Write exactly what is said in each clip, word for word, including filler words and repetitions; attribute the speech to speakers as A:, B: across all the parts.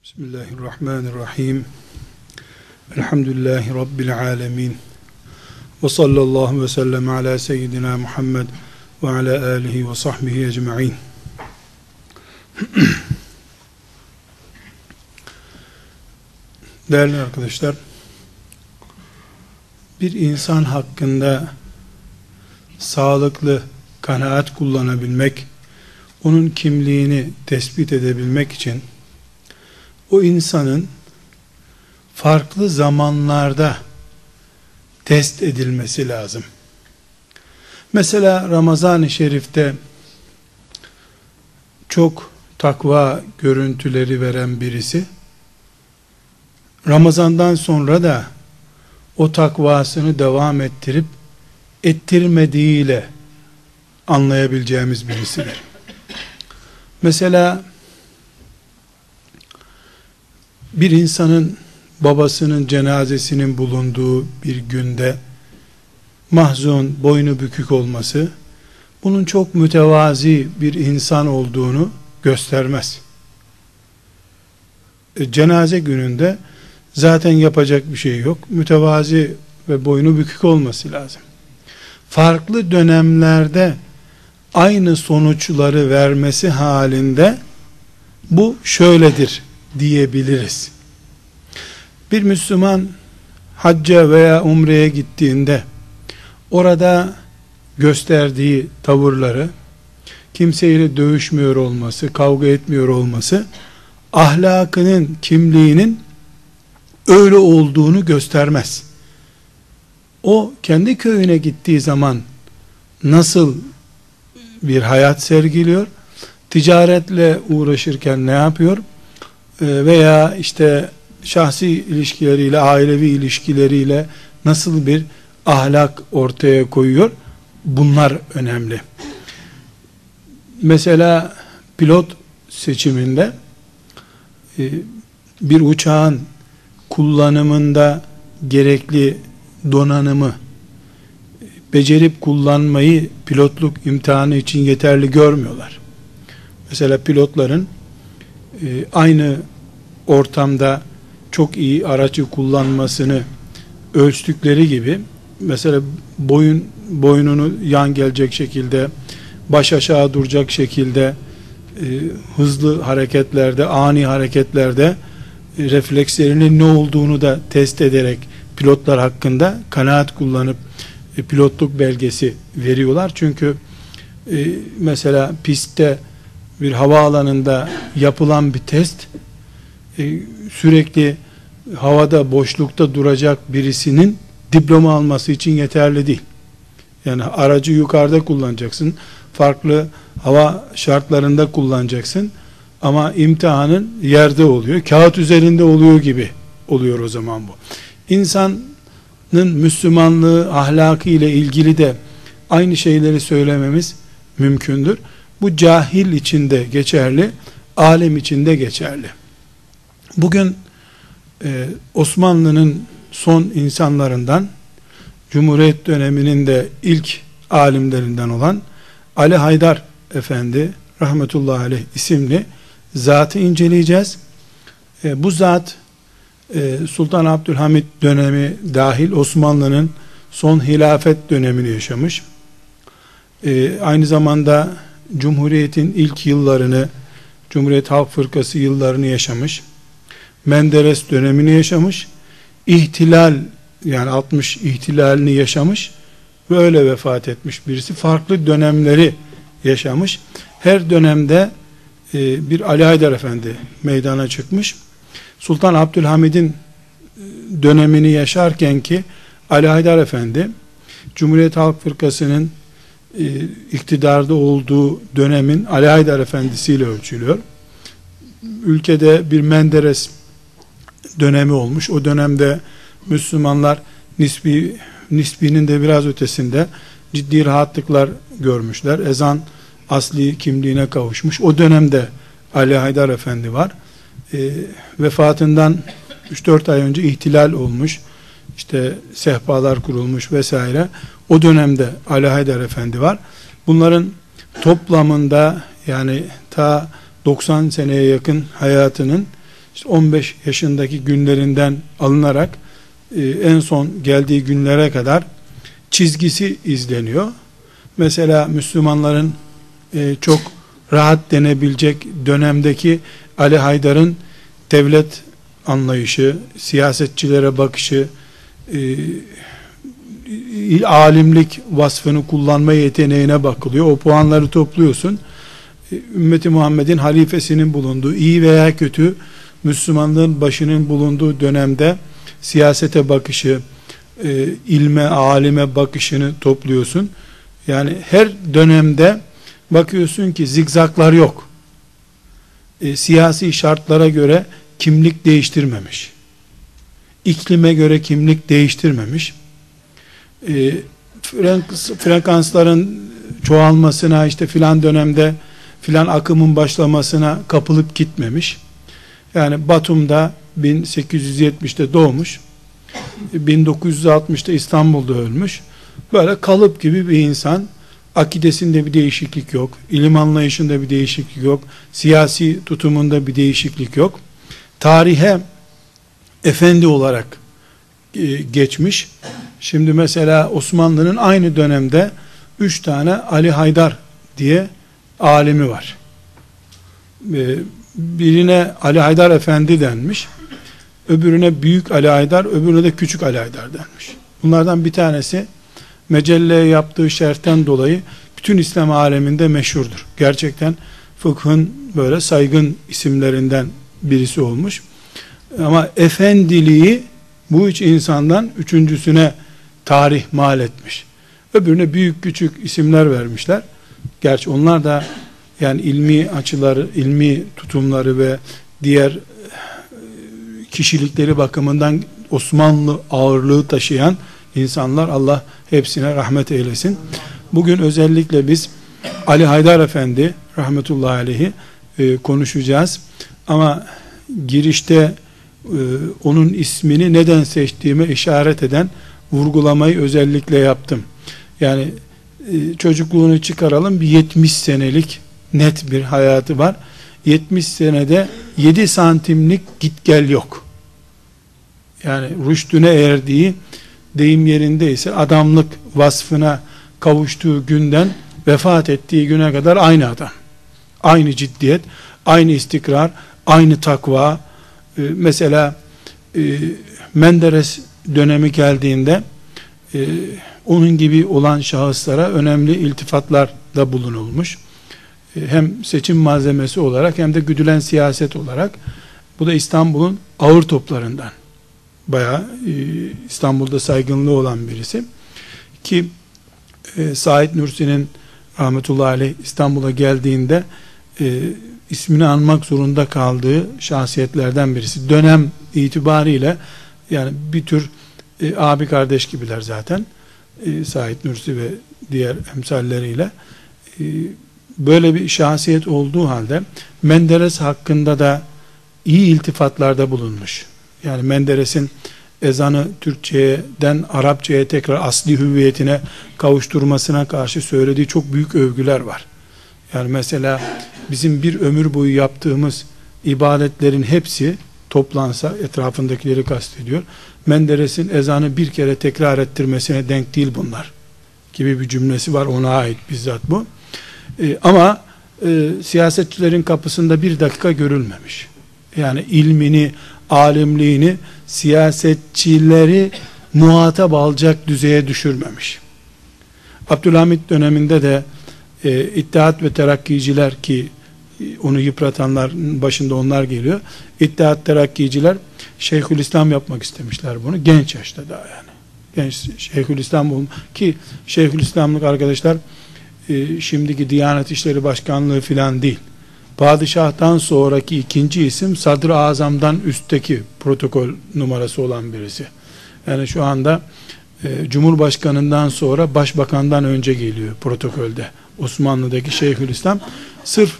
A: Bismillahirrahmanirrahim. Elhamdülillahi Rabbil alemin. Ve sallallahu ve sellem ala seyyidina Muhammed ve ala alihi ve sahbihi ecma'in. Değerli arkadaşlar, bir insan hakkında sağlıklı kanaat kullanabilmek, onun kimliğini tespit edebilmek için o insanın farklı zamanlarda test edilmesi lazım. Mesela Ramazan-ı Şerif'te çok takva görüntüleri veren birisi, Ramazan'dan sonra da o takvasını devam ettirip ettirmediğiyle anlayabileceğimiz birisidir. Mesela bir insanın babasının cenazesinin bulunduğu bir günde mahzun, boynu bükük olması, bunun çok mütevazi bir insan olduğunu göstermez. E, cenaze gününde zaten yapacak bir şey yok. Mütevazi ve boynu bükük olması lazım. Farklı dönemlerde aynı sonuçları vermesi halinde bu şöyledir diyebiliriz. Bir Müslüman hacca veya umreye gittiğinde orada gösterdiği tavırları, kimseyle dövüşmüyor olması, kavga etmiyor olması, ahlakının, kimliğinin öyle olduğunu göstermez. O kendi köyüne gittiği zaman nasıl bir hayat sergiliyor, ticaretle uğraşırken ne yapıyor, veya işte şahsi ilişkileriyle, ailevi ilişkileriyle nasıl bir ahlak ortaya koyuyor, bunlar önemli. Mesela pilot seçiminde bir uçağın kullanımında gerekli donanımı becerip kullanmayı pilotluk imtihanı için yeterli görmüyorlar. Mesela pilotların aynı ortamda çok iyi aracı kullanmasını ölçtükleri gibi, mesela boyun boynunu yan gelecek şekilde, baş aşağı duracak şekilde, e, hızlı hareketlerde, ani hareketlerde e, reflekslerinin ne olduğunu da test ederek pilotlar hakkında kanaat kullanıp e, pilotluk belgesi veriyorlar. Çünkü e, mesela pistte, bir havaalanında yapılan bir test, e, sürekli havada, boşlukta duracak birisinin diploma alması için yeterli değil. Yani aracı yukarıda kullanacaksın, farklı hava şartlarında kullanacaksın, ama imtihanın yerde oluyor, kağıt üzerinde oluyor gibi oluyor o zaman bu. İnsanın Müslümanlığı, ahlakı ile ilgili de aynı şeyleri söylememiz mümkündür. Bu cahil için de geçerli, alim için de geçerli. Bugün e, Osmanlı'nın son insanlarından, Cumhuriyet döneminin de ilk alimlerinden olan Ali Haydar Efendi rahmetullahi aleyh isimli zatı inceleyeceğiz. E, bu zat e, Sultan Abdülhamit dönemi dahil Osmanlı'nın son hilafet dönemini yaşamış. E, aynı zamanda Cumhuriyet'in ilk yıllarını, Cumhuriyet Halk Fırkası yıllarını yaşamış. Menderes dönemini yaşamış. İhtilal, yani altmış ihtilalini yaşamış ve öyle vefat etmiş birisi. Farklı dönemleri yaşamış. Her dönemde e, bir Ali Haydar Efendi meydana çıkmış. Sultan Abdülhamid'in dönemini yaşarken ki Ali Haydar Efendi, Cumhuriyet Halk Fırkası'nın e, iktidarda olduğu dönemin Ali Haydar Efendisi ile ölçülüyor. Ülkede bir Menderes dönemi olmuş. O dönemde Müslümanlar nisbi, nisbinin de biraz ötesinde ciddi rahatlıklar görmüşler. Ezan asli kimliğine kavuşmuş. O dönemde Ali Haydar Efendi var. E, vefatından üç dört ay önce ihtilal olmuş. İşte sehpalar kurulmuş vesaire. O dönemde Ali Haydar Efendi var. Bunların toplamında, yani ta doksan seneye yakın hayatının işte on beş yaşındaki günlerinden alınarak e, en son geldiği günlere kadar çizgisi izleniyor. Mesela Müslümanların e, çok rahat denebilecek dönemdeki Ali Haydar'ın devlet anlayışı, siyasetçilere bakışı, e, alimlik vasfını kullanma yeteneğine bakılıyor. O puanları topluyorsun. E, Ümmeti Muhammed'in halifesinin bulunduğu, iyi veya kötü Müslümanlığın başının bulunduğu dönemde siyasete bakışı, e, ilme, alime bakışını topluyorsun. Yani her dönemde bakıyorsun ki zigzaklar yok. E, siyasi şartlara göre kimlik değiştirmemiş. İklime göre kimlik değiştirmemiş. E, frekansların çoğalmasına, işte filan dönemde filan akımın başlamasına kapılıp gitmemiş. Yani Batum'da bin sekiz yüz yetmişte doğmuş. bin dokuz yüz altmışta İstanbul'da ölmüş. Böyle kalıp gibi bir insan. Akidesinde bir değişiklik yok. İlim anlayışında bir değişiklik yok. Siyasi tutumunda bir değişiklik yok. Tarihe efendi olarak e, geçmiş. Şimdi mesela Osmanlı'nın aynı dönemde üç tane Ali Haydar diye alimi var. E, birine Ali Haydar Efendi denmiş. Öbürüne Büyük Ali Haydar, öbürüne de Küçük Ali Haydar denmiş. Bunlardan bir tanesi Mecelle'ye yaptığı şerhten dolayı bütün İslam aleminde meşhurdur. Gerçekten fıkhın böyle saygın isimlerinden birisi olmuş. Ama efendiliği bu üç insandan üçüncüsüne tarih mal etmiş. Öbürüne büyük küçük isimler vermişler. Gerçi onlar da yani ilmi açıları, ilmi tutumları ve diğer kişilikleri bakımından Osmanlı ağırlığı taşıyan insanlar, Allah hepsine rahmet eylesin. Bugün özellikle biz Ali Haydar Efendi rahmetullahi aleyhi e, konuşacağız. Ama girişte e, onun ismini neden seçtiğime işaret eden vurgulamayı özellikle yaptım. Yani e, çocukluğunu çıkaralım, bir yetmiş senelik net bir hayatı var. yetmiş senede yedi santimlik git gel yok. Yani rüştüne erdiği, deyim yerindeyse adamlık vasfına kavuştuğu günden vefat ettiği güne kadar aynı adam. Aynı ciddiyet, aynı istikrar, aynı takva. Ee, mesela e, Menderes dönemi geldiğinde e, onun gibi olan şahıslara önemli iltifatlarda bulunulmuş. E, hem seçim malzemesi olarak hem de güdülen siyaset olarak. Bu da İstanbul'un ağır toplarından. Bayağı e, İstanbul'da saygınlığı olan birisi ki e, Said Nursi'nin rahmetullahi aleyh İstanbul'a geldiğinde e, ismini anmak zorunda kaldığı şahsiyetlerden birisi. Dönem itibariyle yani bir tür e, abi kardeş gibiler zaten. E, Said Nursi ve diğer emsalleriyle e, böyle bir şahsiyet olduğu halde Menderes hakkında da iyi iltifatlarda bulunmuş. Yani Menderes'in ezanı Türkçe'den Arapça'ya tekrar asli hüviyetine kavuşturmasına karşı söylediği çok büyük övgüler var. Yani mesela bizim bir ömür boyu yaptığımız ibadetlerin hepsi toplansa, etrafındakileri kastediyor, Menderes'in ezanı bir kere tekrar ettirmesine denk değil bunlar gibi bir cümlesi var, ona ait bizzat bu. Ee, ama e, siyasetçilerin kapısında bir dakika görülmemiş. Yani ilmini, alimliğini siyasetçileri muhatap alacak düzeye düşürmemiş. Abdülhamit döneminde de e, İttihat ve Terakkiciler, ki e, onu yıpratanların başında onlar geliyor. İttihat Terakkiciler Şeyhülislam yapmak istemişler bunu. Genç yaşta daha yani. Genç Şeyhülislam olma ki Şeyhülislamlık arkadaşlar e, şimdiki Diyanet İşleri Başkanlığı filan değil. Padişah'tan sonraki ikinci isim Sadr-ı Azam'dan üstteki protokol numarası olan birisi. Yani şu anda e, Cumhurbaşkanından sonra Başbakandan önce geliyor protokolde. Osmanlı'daki Şeyhülislam. Sırf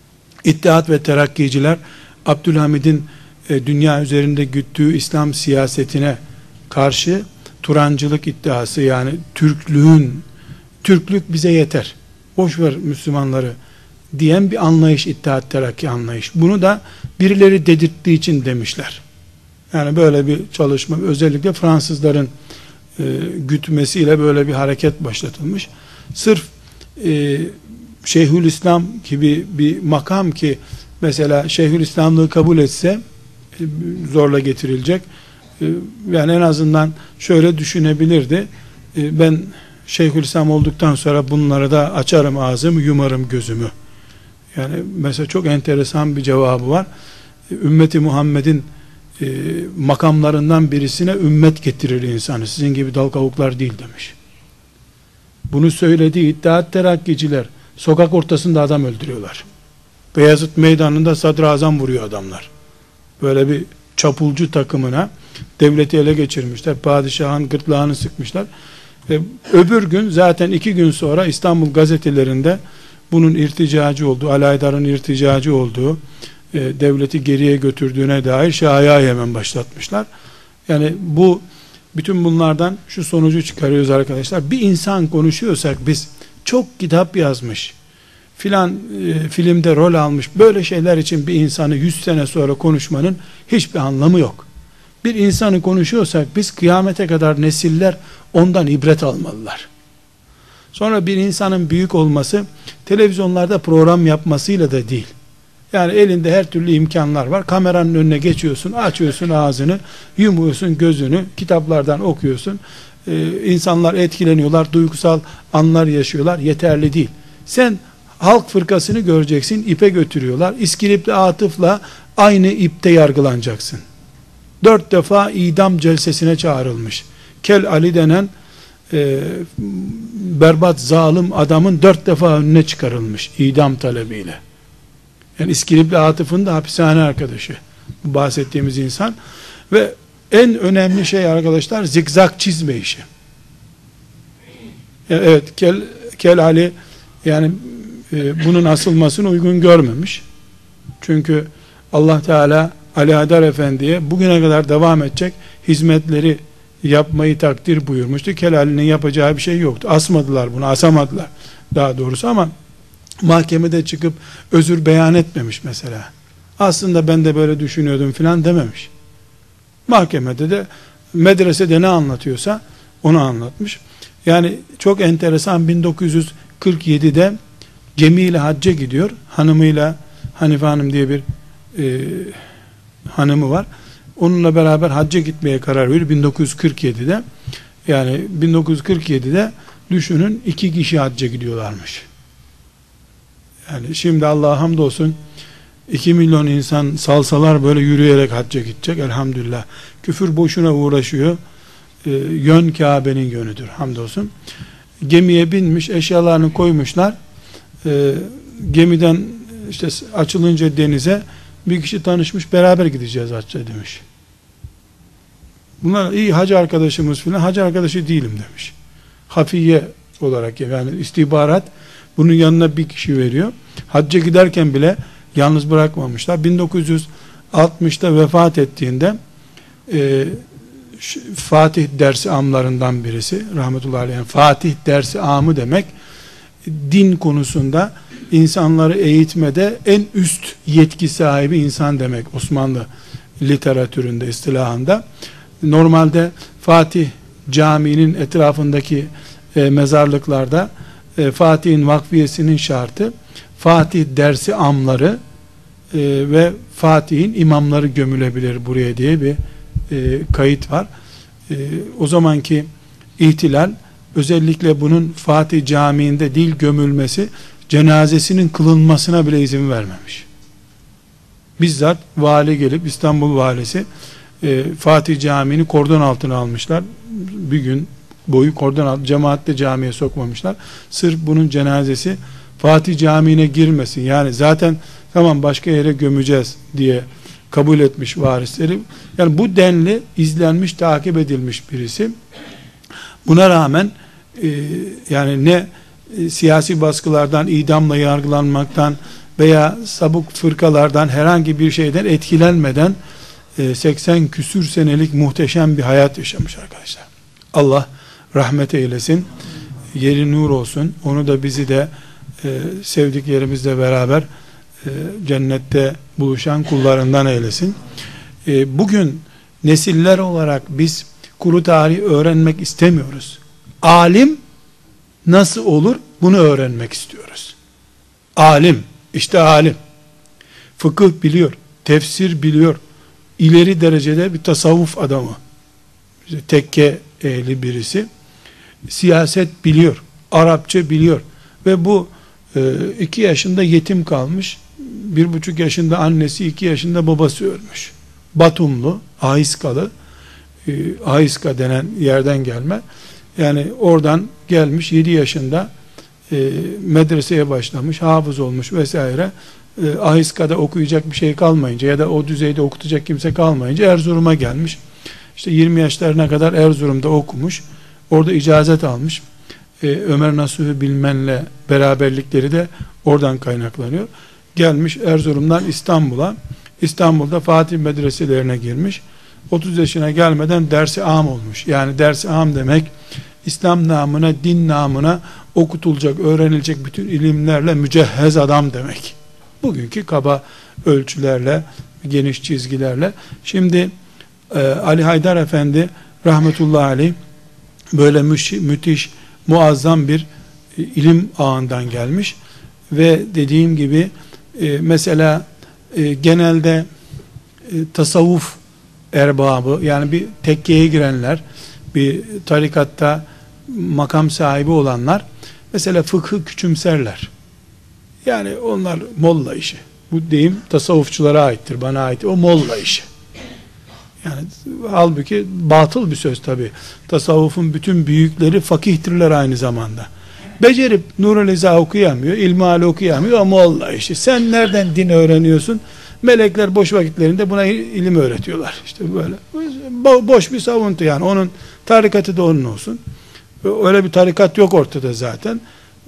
A: İttihat ve Terakkiciler Abdülhamid'in e, dünya üzerinde güttüğü İslam siyasetine karşı Turancılık iddiası, yani Türklüğün, Türklük bize yeter, boş ver Müslümanları diyen bir anlayış, İttihat Terakki anlayış. Bunu da birileri dedirttiği için demişler. Yani böyle bir çalışma, özellikle Fransızların e, gütmesiyle böyle bir hareket başlatılmış. Sırf e, Şeyhülislam gibi bir makam ki mesela Şeyhülislamlığı kabul etse e, zorla getirilecek. E, yani en azından şöyle düşünebilirdi. E, ben Şeyhülislam olduktan sonra bunları da açarım ağzımı, yumarım gözümü. Yani mesela çok enteresan bir cevabı var. E, Ümmeti Muhammed'in e, makamlarından birisine ümmet getirir insanı. Sizin gibi dal kavuklar değil demiş. Bunu söylediği İttihat Terakkiciler sokak ortasında adam öldürüyorlar. Beyazıt Meydanı'nda sadrazam vuruyor adamlar. Böyle bir çapulcu takımına devleti ele geçirmişler. Padişahın gırtlağını sıkmışlar. Ve öbür gün, zaten iki gün sonra İstanbul gazetelerinde bunun irticacı olduğu, Alaydar'ın irticacı olduğu, e, devleti geriye götürdüğüne dair şaya hemen başlatmışlar. Yani bu, bütün bunlardan şu sonucu çıkarıyoruz arkadaşlar. Bir insan konuşuyorsak biz, çok kitap yazmış, filan e, filmde rol almış, böyle şeyler için bir insanı yüz sene sonra konuşmanın hiçbir anlamı yok. Bir insanı konuşuyorsak biz, kıyamete kadar nesiller ondan ibret almalılar. Sonra bir insanın büyük olması televizyonlarda program yapmasıyla da değil. Yani elinde her türlü imkanlar var. Kameranın önüne geçiyorsun, açıyorsun ağzını, yumuyorsun gözünü, kitaplardan okuyorsun. Ee, insanlar etkileniyorlar, duygusal anlar yaşıyorlar. Yeterli değil. Sen halk fırkasını göreceksin, ipe götürüyorlar. İskilipli Atıf'la aynı ipte yargılanacaksın. Dört defa idam celsesine çağrılmış. Kel Ali denen e, berbat, zalim adamın dört defa önüne çıkarılmış idam talebiyle. Yani İskilipli Atıf'ın da hapishane arkadaşı bu bahsettiğimiz insan. Ve en önemli şey arkadaşlar, zikzak çizme işi. Evet, Kel, Kel Ali yani e, bunun asılmasını uygun görmemiş. Çünkü Allah Teala Ali Adar Efendi'ye bugüne kadar devam edecek hizmetleri yapmayı takdir buyurmuştu. Kelali'nin yapacağı bir şey yoktu. Asmadılar bunu, asamadılar daha doğrusu, ama mahkemede çıkıp özür beyan etmemiş mesela. Aslında ben de böyle düşünüyordum filan dememiş. Mahkemede de medresede ne anlatıyorsa onu anlatmış. Yani çok enteresan, bin dokuz yüz kırk yedi'de gemiyle hacca gidiyor. Hanımıyla, Hanife Hanım diye bir e, hanımı var. Onunla beraber hacca gitmeye karar veriyor bin dokuz yüz kırk yedi'de. Yani bin dokuz yüz kırk yedi'de düşünün, iki kişi hacca gidiyorlarmış. Yani şimdi Allah'a hamdolsun iki milyon insan salsalar böyle yürüyerek hacca gidecek elhamdülillah. Küfür boşuna uğraşıyor. Ee, yön Kabe'nin yönüdür hamdolsun. Gemiye binmiş, eşyalarını koymuşlar. Ee, gemiden işte açılınca denize bir kişi tanışmış, beraber gideceğiz hacca demiş. Bunlar iyi hacı arkadaşımız filan, hacı arkadaşı değilim demiş. Hafiye olarak, yani istihbarat bunun yanına bir kişi veriyor. Hacca giderken bile yalnız bırakmamışlar. bin dokuz yüz altmış'ta vefat ettiğinde e, Fatih dersi amlarından birisi rahmetullahi aleyh, Fatih dersi amı demek, din konusunda insanları eğitmede en üst yetki sahibi insan demek Osmanlı literatüründe, istilahında. Normalde Fatih Camii'nin etrafındaki e, mezarlıklarda e, Fatih'in vakfiyesinin şartı Fatih dersi amları e, ve Fatih'in imamları gömülebilir buraya diye bir e, kayıt var. E, o zamanki ihtilal özellikle bunun Fatih Camii'nde değil gömülmesi, cenazesinin kılınmasına bile izin vermemiş. Bizzat vali gelip, İstanbul valisi e, Fatih Camii'ni kordon altına almışlar. Bir gün boyu kordon altı, cemaatle camiye sokmamışlar. Sırf bunun cenazesi Fatih Camii'ne girmesin. Yani zaten tamam başka yere gömeceğiz diye kabul etmiş varisleri. Yani bu denli izlenmiş, takip edilmiş birisi. Buna rağmen e, yani ne e, siyasi baskılardan, idamla yargılanmaktan veya sabuk fırkalardan, herhangi bir şeyden etkilenmeden e, seksen küsür senelik muhteşem bir hayat yaşamış arkadaşlar. Allah rahmet eylesin, yeri nur olsun. Onu da bizi de e, sevdiklerimizle beraber e, cennette buluşan kullarından eylesin. E, bugün nesiller olarak biz kuru tarih öğrenmek istemiyoruz. Alim nasıl olur? Bunu öğrenmek istiyoruz. Alim, işte alim. Fıkıh biliyor, tefsir biliyor. İleri derecede bir tasavvuf adamı. İşte tekke ehli birisi. Siyaset biliyor, Arapça biliyor. Ve bu e, iki yaşında yetim kalmış. Bir buçuk yaşında annesi, iki yaşında babası ölmüş. Batumlu, Ahiskalı. E, Ahiska denen yerden gelme. Yani oradan gelmiş, yedi yaşında e, medreseye başlamış, hafız olmuş vesaire. E, Ahiska'da okuyacak bir şey kalmayınca ya da o düzeyde okutacak kimse kalmayınca Erzurum'a gelmiş. İşte yirmi yaşlarına kadar Erzurum'da okumuş. Orada icazet almış. Ee, Ömer Nasuhi Bilmen'le beraberlikleri de oradan kaynaklanıyor. Gelmiş Erzurum'dan İstanbul'a. İstanbul'da Fatih medreselerine girmiş. otuz yaşına gelmeden dersi am olmuş. Yani dersi am demek İslam namına, din namına okutulacak, öğrenilecek bütün ilimlerle mücehhez adam demek. Bugünkü kaba ölçülerle, geniş çizgilerle. Şimdi e, Ali Haydar Efendi rahmetullahi aleyh böyle müş, müthiş, muazzam bir e, ilim ağından gelmiş ve dediğim gibi e, mesela e, genelde e, tasavvuf erbabı, yani bir tekkeye girenler, bir tarikatta makam sahibi olanlar mesela fıkhı küçümserler. Yani onlar molla işi. Bu deyim tasavvufçulara aittir, bana ait. O molla işi. Yani halbuki batıl bir söz tabi. Tasavvufun bütün büyükleri fakihtirler aynı zamanda. Becerip Nurul İza okuyamıyor, İlmihal okuyamıyor, o molla işi. Sen nereden din öğreniyorsun? Melekler boş vakitlerinde buna ilim öğretiyorlar. İşte böyle. Bo boş bir savuntu yani. Onun tarikatı da onun olsun. Öyle bir tarikat yok ortada zaten.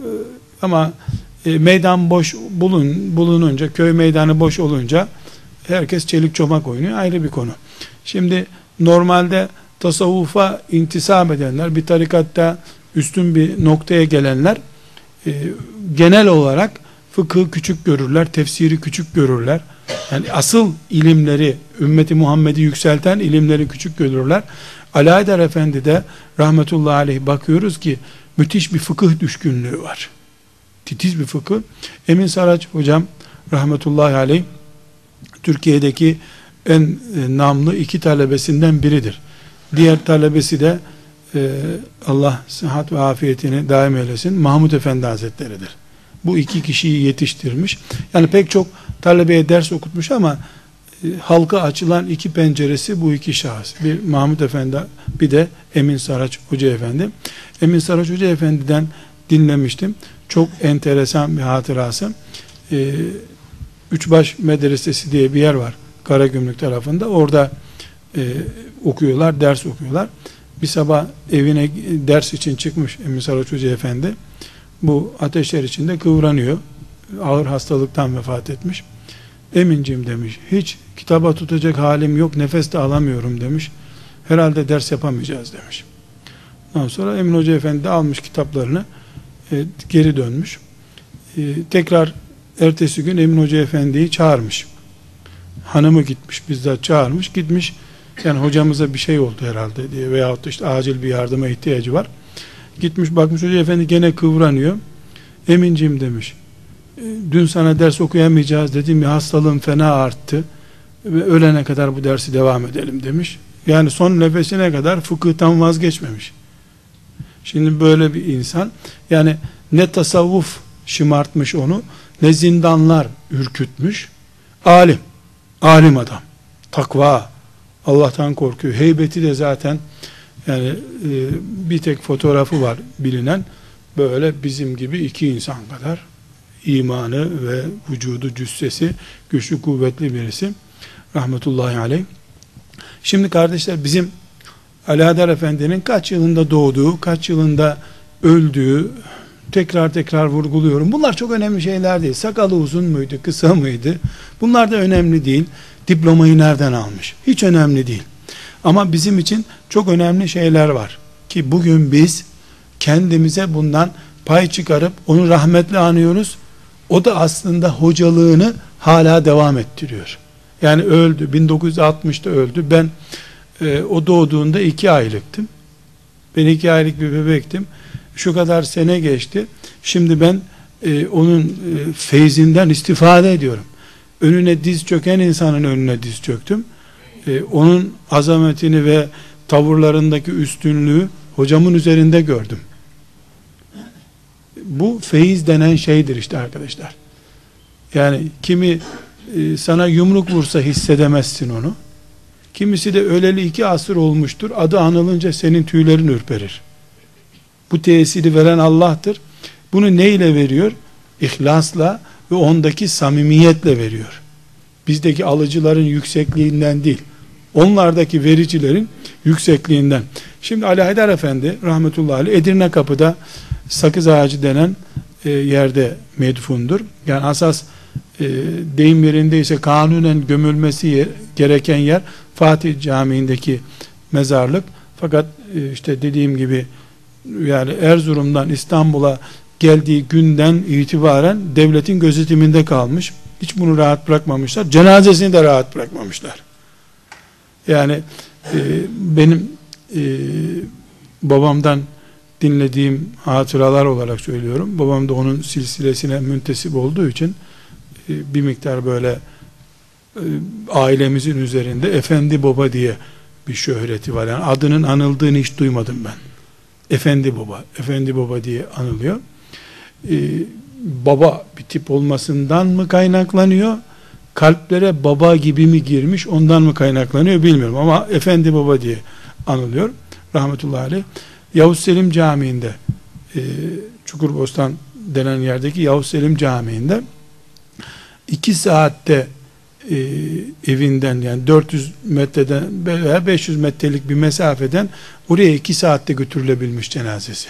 A: Ama e, meydan boş bulun, bulununca, köy meydanı boş olunca herkes çelik çomak oynuyor. Ayrı bir konu. Şimdi normalde tasavvufa intisap edenler, bir tarikatta üstün bir noktaya gelenler e, genel olarak fıkhı küçük görürler, tefsiri küçük görürler. Yani asıl ilimleri, ümmeti Muhammed'i yükselten ilimleri küçük görürler. Ali Haydar Efendi de rahmetullahi aleyh bakıyoruz ki müthiş bir fıkıh düşkünlüğü var. Titiz bir fıkıh. Emin Saraç hocam rahmetullahi aleyh Türkiye'deki en e, namlı iki talebesinden biridir. Diğer talebesi de e, Allah sıhhat ve afiyetini daim eylesin, Mahmud Efendi Hazretleri'dir. Bu iki kişiyi yetiştirmiş. Yani pek çok talebeye ders okutmuş ama e, halka açılan iki penceresi bu iki şahıs. Bir Mahmud Efendi, bir de Emin Saraç Hoca Efendi. Emin Saraç Hoca Efendi'den dinlemiştim. Çok enteresan bir hatırası. E, Üçbaş Medresesi diye bir yer var Karagümrük tarafında. Orada e, okuyorlar, ders okuyorlar. Bir sabah evine ders için çıkmış Emin Saraç Hoca Efendi. Bu ateşler içinde kıvranıyor. Ağır hastalıktan vefat etmiş. Emincim demiş, hiç kitaba tutacak halim yok, nefes de alamıyorum demiş. Herhalde ders yapamayacağız demiş. Ondan sonra Emin Hoca Efendi de almış kitaplarını, e, geri dönmüş. E, tekrar ertesi gün Emin Hoca Efendi'yi çağırmış. Hanımı gitmiş, bizzat çağırmış, gitmiş. Yani hocamıza bir şey oldu herhalde diye veyahut da işte acil bir yardıma ihtiyacı var. Gitmiş bakmış, Hoca Efendi gene kıvranıyor. Emincim demiş, dün sana ders okuyamayacağız dedim ya, hastalığım fena arttı ve ölene kadar bu dersi devam edelim demiş. Yani son nefesine kadar fıkıhtan vazgeçmemiş. Şimdi böyle bir insan, yani ne tasavvuf şımartmış onu, ne zindanlar ürkütmüş. Alim, alim adam, takva, Allah'tan korkuyor. Heybeti de zaten yani e, bir tek fotoğrafı var bilinen, böyle bizim gibi iki insan kadar imanı ve vücudu, cüssesi güçlü, kuvvetli birisi rahmetullahi aleyh. Şimdi kardeşler, bizim Ali Haydar Efendi'nin kaç yılında doğduğu, kaç yılında öldüğü tekrar tekrar vurguluyorum. Bunlar çok önemli şeyler değil. Sakalı uzun muydu, kısa mıydı? Bunlar da önemli değil. Diplomayı nereden almış? Hiç önemli değil. Ama bizim için çok önemli şeyler var ki bugün biz kendimize bundan pay çıkarıp onu rahmetle anıyoruz. O da aslında hocalığını hala devam ettiriyor. Yani öldü. bin dokuz yüz altmışta öldü. Ben e, o doğduğunda iki aylıktım. Ben iki aylık bir bebektim. Şu kadar sene geçti. Şimdi ben e, onun e, feyzinden istifade ediyorum. Önüne diz çöken insanın önüne diz çöktüm. E, onun azametini ve tavırlarındaki üstünlüğü hocamın üzerinde gördüm. Bu feyiz denen şeydir işte arkadaşlar. Yani kimi e, sana yumruk vursa hissedemezsin onu. Kimisi de öleli iki asır olmuştur. Adı anılınca senin tüylerin ürperir. Bu tesiri veren Allah'tır. Bunu neyle veriyor? İhlasla ve ondaki samimiyetle veriyor. Bizdeki alıcıların yüksekliğinden değil, onlardaki vericilerin yüksekliğinden. Şimdi Ali Haydar Efendi rahmetullahi aleyh Edirne Kapı'da sakız ağacı denen e, yerde medfundur. Yani asas e, deyim yerindeyse kanunen gömülmesi yer, gereken yer Fatih Camii'ndeki mezarlık. Fakat e, işte dediğim gibi yani Erzurum'dan İstanbul'a geldiği günden itibaren devletin gözetiminde kalmış. Hiç bunu rahat bırakmamışlar. Cenazesini de rahat bırakmamışlar. Yani e, benim e, babamdan dinlediğim hatıralar olarak söylüyorum. Babam da onun silsilesine müntesip olduğu için e, bir miktar böyle e, ailemizin üzerinde Efendi Baba diye bir şöhreti var. Yani adının anıldığını hiç duymadım ben. Efendi Baba, Efendi Baba diye anılıyor. Ee, baba bir tip olmasından mı kaynaklanıyor? Kalplere baba gibi mi girmiş, ondan mı kaynaklanıyor bilmiyorum ama Efendi Baba diye anılıyor. Rahmetullahi aleyh. Yavuz Selim Camii'nde e, Çukurbostan denen yerdeki Yavuz Selim Camii'nde iki saatte e, evinden yani dört yüz metreden veya beş yüz metrelik bir mesafeden oraya iki saatte götürülebilmiş cenazesi.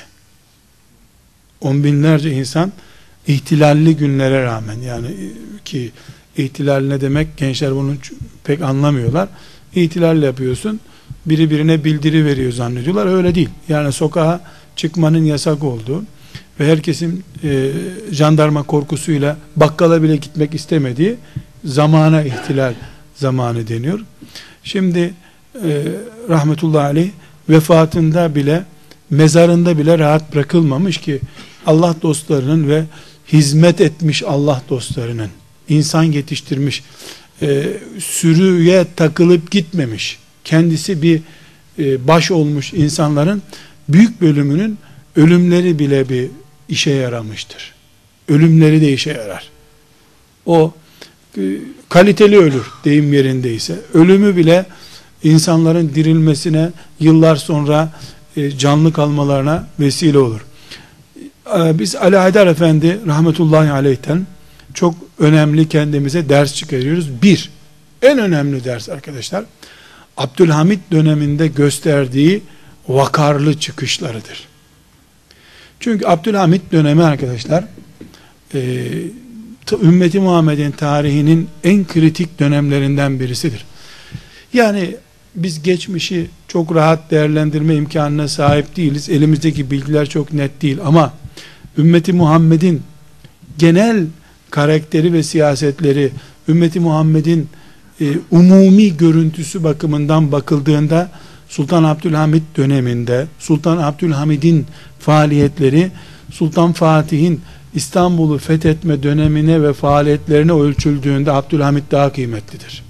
A: On binlerce insan ihtilalli günlere rağmen, yani ki ihtilal ne demek gençler bunu pek anlamıyorlar. İhtilal yapıyorsun, biri birine bildiri veriyor zannediyorlar. Öyle değil. Yani sokağa çıkmanın yasak olduğu ve herkesin e, jandarma korkusuyla bakkala bile gitmek istemediği zamana ihtilal zamanı deniyor. Şimdi e, rahmetullahi aleyh vefatında bile, mezarında bile rahat bırakılmamış ki Allah dostlarının ve hizmet etmiş Allah dostlarının, insan yetiştirmiş, e, sürüye takılıp gitmemiş, kendisi bir e, baş olmuş insanların büyük bölümünün ölümleri bile bir işe yaramıştır. Ölümleri de işe yarar. O e, kaliteli ölür deyim yerindeyse. Ölümü bile insanların dirilmesine, yıllar sonra e, canlı kalmalarına vesile olur. E, biz Ali Haydar Efendi rahmetullahi aleyh'ten çok önemli kendimize ders çıkarıyoruz. Bir, en önemli ders arkadaşlar, Abdülhamit döneminde gösterdiği vakarlı çıkışlarıdır. Çünkü Abdülhamit dönemi arkadaşlar, e, ümmeti Muhammed'in tarihinin en kritik dönemlerinden birisidir. Yani biz geçmişi çok rahat değerlendirme imkanına sahip değiliz. Elimizdeki bilgiler çok net değil ama ümmeti Muhammed'in genel karakteri ve siyasetleri, ümmeti Muhammed'in e, umumi görüntüsü bakımından bakıldığında Sultan Abdülhamid döneminde Sultan Abdülhamid'in faaliyetleri Sultan Fatih'in İstanbul'u fethetme dönemine ve faaliyetlerine ölçüldüğünde Abdülhamid daha kıymetlidir.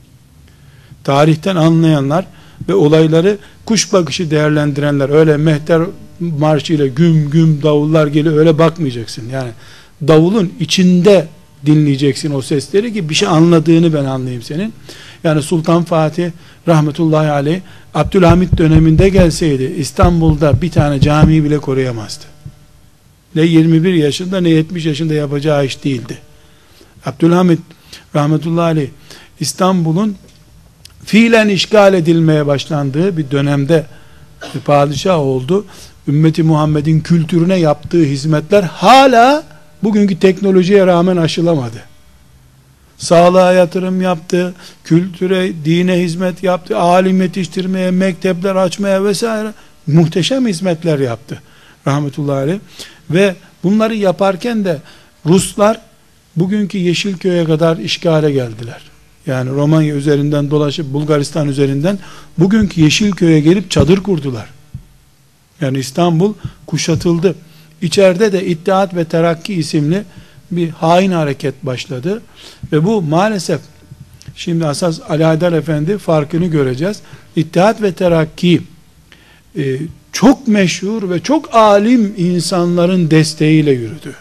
A: Tarihten anlayanlar ve olayları kuş bakışı değerlendirenler, öyle mehter marşıyla güm güm davullar geliyor öyle bakmayacaksın. Yani davulun içinde dinleyeceksin o sesleri ki bir şey anladığını ben anlayayım senin. Yani Sultan Fatih rahmetullahi aleyh Abdülhamid döneminde gelseydi İstanbul'da bir tane camiyi bile koruyamazdı. Ne yirmi bir yaşında ne yetmiş yaşında yapacağı iş değildi. Abdülhamid rahmetullahi aleyh İstanbul'un fiilen işgal edilmeye başlandığı bir dönemde bir padişah oldu. Ümmeti Muhammed'in kültürüne yaptığı hizmetler hala bugünkü teknolojiye rağmen aşılamadı. Sağlığa yatırım yaptı, kültüre, dine hizmet yaptı, alim yetiştirmeye, mektepler açmaya vesaire muhteşem hizmetler yaptı rahmetullahi aleyh. Ve bunları yaparken de Ruslar bugünkü Yeşilköy'e kadar işgale geldiler. Yani Romanya üzerinden dolaşıp Bulgaristan üzerinden bugünkü Yeşilköy'e gelip çadır kurdular. Yani İstanbul kuşatıldı. İçeride de İttihat ve Terakki isimli bir hain hareket başladı. Ve bu maalesef, şimdi asas Ali Haydar Efendi farkını göreceğiz. İttihat ve Terakki e, çok meşhur ve çok alim insanların desteğiyle yürüdü.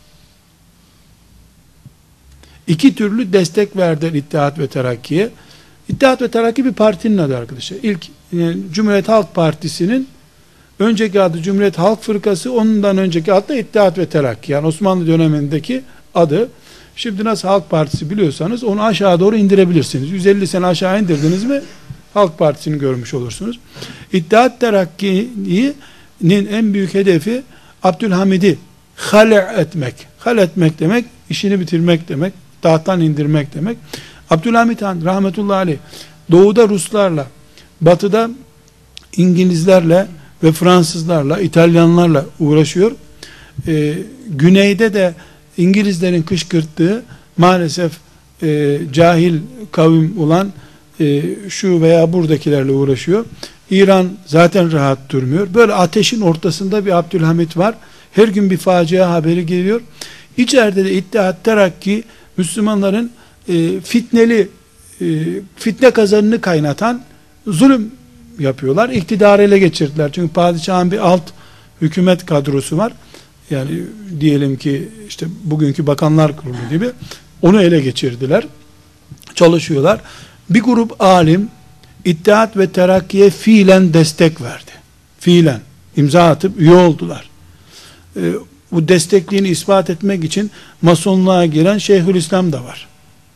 A: İki türlü destek verdi İttihat ve Terakki'ye. İttihat ve Terakki bir partinin adı arkadaşlar. İlk yani Cumhuriyet Halk Partisi'nin önceki adı Cumhuriyet Halk Fırkası, ondan önceki adı da İttihat ve Terakki. Yani Osmanlı dönemindeki adı. Şimdi nasıl Halk Partisi biliyorsanız onu aşağı doğru indirebilirsiniz. yüz elli sene aşağı indirdiniz mi Halk Partisi'ni görmüş olursunuz. İttihat Terakki'nin en büyük hedefi Abdülhamid'i hale etmek. Hale etmek demek işini bitirmek demek, tahttan indirmek demek. Abdülhamid Han rahmetullahi aleyh doğuda Ruslarla, batıda İngilizlerle ve Fransızlarla, İtalyanlarla uğraşıyor. Ee, güneyde de İngilizlerin kışkırttığı maalesef e, cahil kavim olan e, şu veya buradakilerle uğraşıyor. İran zaten rahat durmuyor. Böyle ateşin ortasında bir Abdülhamid var. Her gün bir facia haberi geliyor. İçeride de İttihat Terakki Müslümanların e, fitneli e, fitne kazanını kaynatan zulüm yapıyorlar. İktidarı ele geçirdiler. Çünkü padişahın bir alt hükümet kadrosu var. Yani diyelim ki işte bugünkü Bakanlar Kurulu gibi onu ele geçirdiler. Çalışıyorlar. Bir grup alim İttihat ve Terakki'ye fiilen destek verdi. Fiilen imza atıp üye oldular. Ee, bu destekliğini ispat etmek için Masonluğa giren Şeyhülislam da var.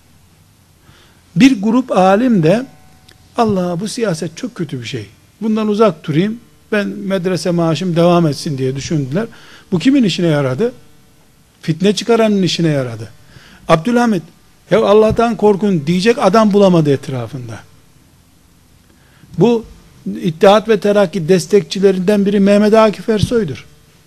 A: Bir grup alim de Allah bu siyaset çok kötü bir şey. Bundan uzak durayım. Ben medrese maaşım devam etsin diye düşündüler. Bu kimin işine yaradı? Fitne çıkaranın işine yaradı. Abdülhamid, ya Allah'tan korkun diyecek adam bulamadı etrafında. Bu İttihat ve Terakki destekçilerinden biri Mehmet Akif Ersoy'dur.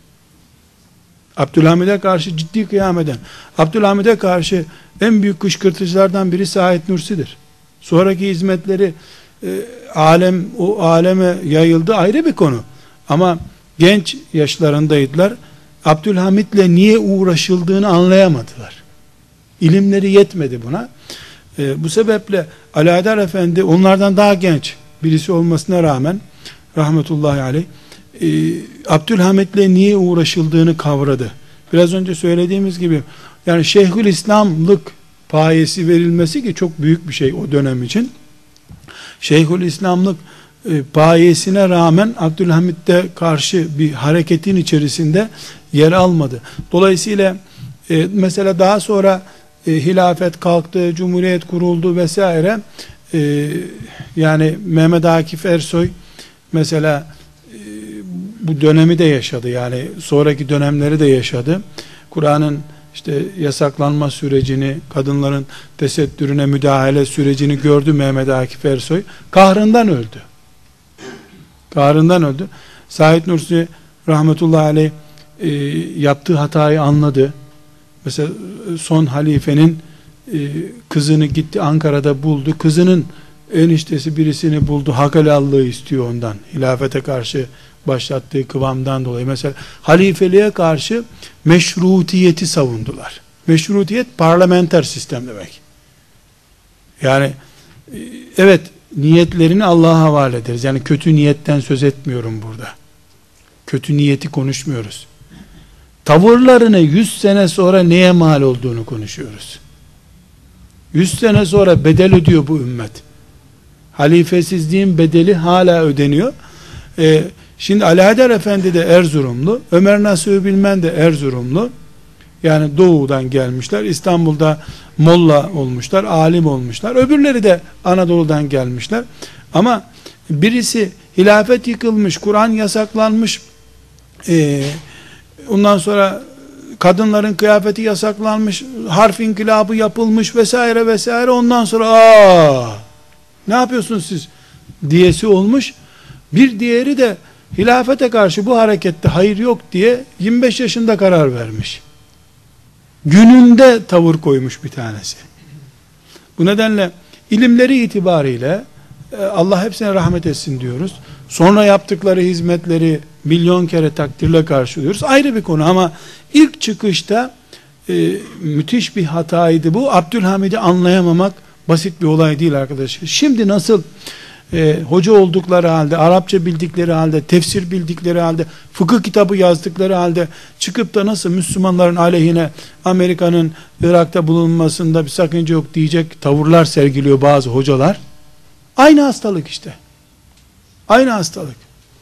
A: Abdülhamid'e karşı ciddi kıyam eden, Abdülhamid'e karşı en büyük kışkırtıcılardan biri Said Nursi'dir. Sonraki hizmetleri e, alem o aleme yayıldı, ayrı bir konu. Ama genç yaşlarındaydılar. Abdülhamid'le niye uğraşıldığını anlayamadılar. İlimleri yetmedi buna. E, bu sebeple Ali Haydar Efendi onlardan daha genç birisi olmasına rağmen rahmetullahi aleyh e, Abdülhamid'le niye uğraşıldığını kavradı. Biraz önce söylediğimiz gibi yani Şeyhülislamlık payesi verilmesi ki çok büyük bir şey o dönem için. Şeyhülislamlık e, payesine rağmen Abdülhamid'e karşı bir hareketin içerisinde yer almadı. Dolayısıyla e, mesela daha sonra e, hilafet kalktı, cumhuriyet kuruldu vesaire. E, yani Mehmet Akif Ersoy mesela e, bu dönemi de yaşadı. Yani sonraki dönemleri de yaşadı. Kur'an'ın işte yasaklanma sürecini, kadınların tesettürüne müdahale sürecini gördü Mehmet Akif Ersoy. Kahrından öldü. Kahrından öldü. Said Nursi rahmetullahi aleyh e, yaptığı hatayı anladı. Mesela son halifenin e, kızını gitti Ankara'da buldu. Kızının eniştesi birisini buldu. Hak helallığı istiyor ondan. Hilafete karşı başlattığı kıvamdan dolayı. Mesela halifeliğe karşı meşrutiyeti savundular. Meşrutiyet parlamenter sistem demek. Yani evet, niyetlerini Allah'a havale ederiz. Yani kötü niyetten söz etmiyorum burada. Kötü niyeti konuşmuyoruz. Tavırlarını yüz sene sonra neye mal olduğunu konuşuyoruz. yüz sene sonra bedel ödüyor bu ümmet. Halifesizliğin bedeli hala ödeniyor. Ee, şimdi Ali Haydar Efendi de Erzurumlu, Ömer Nasuhi Bilmen de Erzurumlu. Yani doğudan gelmişler. İstanbul'da molla olmuşlar, alim olmuşlar. Öbürleri de Anadolu'dan gelmişler. Ama birisi hilafet yıkılmış, Kur'an yasaklanmış, e, ondan sonra kadınların kıyafeti yasaklanmış, harf inkılabı yapılmış vesaire vesaire. Ondan sonra aa, ne yapıyorsunuz siz diyesi olmuş. Bir diğeri de hilafete karşı bu harekette hayır yok diye yirmi beş yaşında karar vermiş. Gününde tavır koymuş bir tanesi. Bu nedenle ilimleri itibariyle Allah hepsine rahmet etsin diyoruz. Sonra yaptıkları hizmetleri milyon kere takdirle karşılıyoruz. Ayrı bir konu ama ilk çıkışta e, müthiş bir hataydı bu. Abdülhamid'i anlayamamak basit bir olay değil arkadaşlar. Şimdi nasıl e, hoca oldukları halde, Arapça bildikleri halde, tefsir bildikleri halde, fıkıh kitabı yazdıkları halde çıkıp da nasıl Müslümanların aleyhine Amerika'nın Irak'ta bulunmasında bir sakınca yok diyecek tavırlar sergiliyor bazı hocalar. Aynı hastalık işte. Aynı hastalık.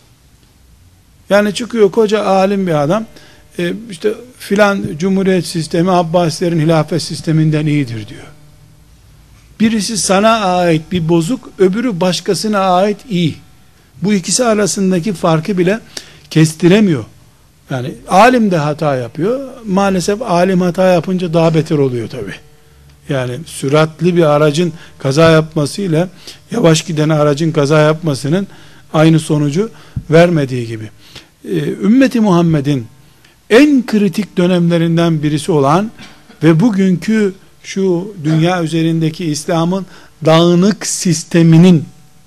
A: Yani çıkıyor koca alim bir adam, e, işte filan cumhuriyet sistemi Abbasilerin hilafet sisteminden iyidir diyor. Birisi sana ait bir bozuk, öbürü başkasına ait iyi. Bu ikisi arasındaki farkı bile kestiremiyor. Yani alim de hata yapıyor. Maalesef alim hata yapınca daha beter oluyor tabi. Yani süratli bir aracın kaza yapmasıyla yavaş giden aracın kaza yapmasının aynı sonucu vermediği gibi. Ee, ümmeti Muhammed'in en kritik dönemlerinden birisi olan ve bugünkü şu dünya üzerindeki İslam'ın dağınık sisteminin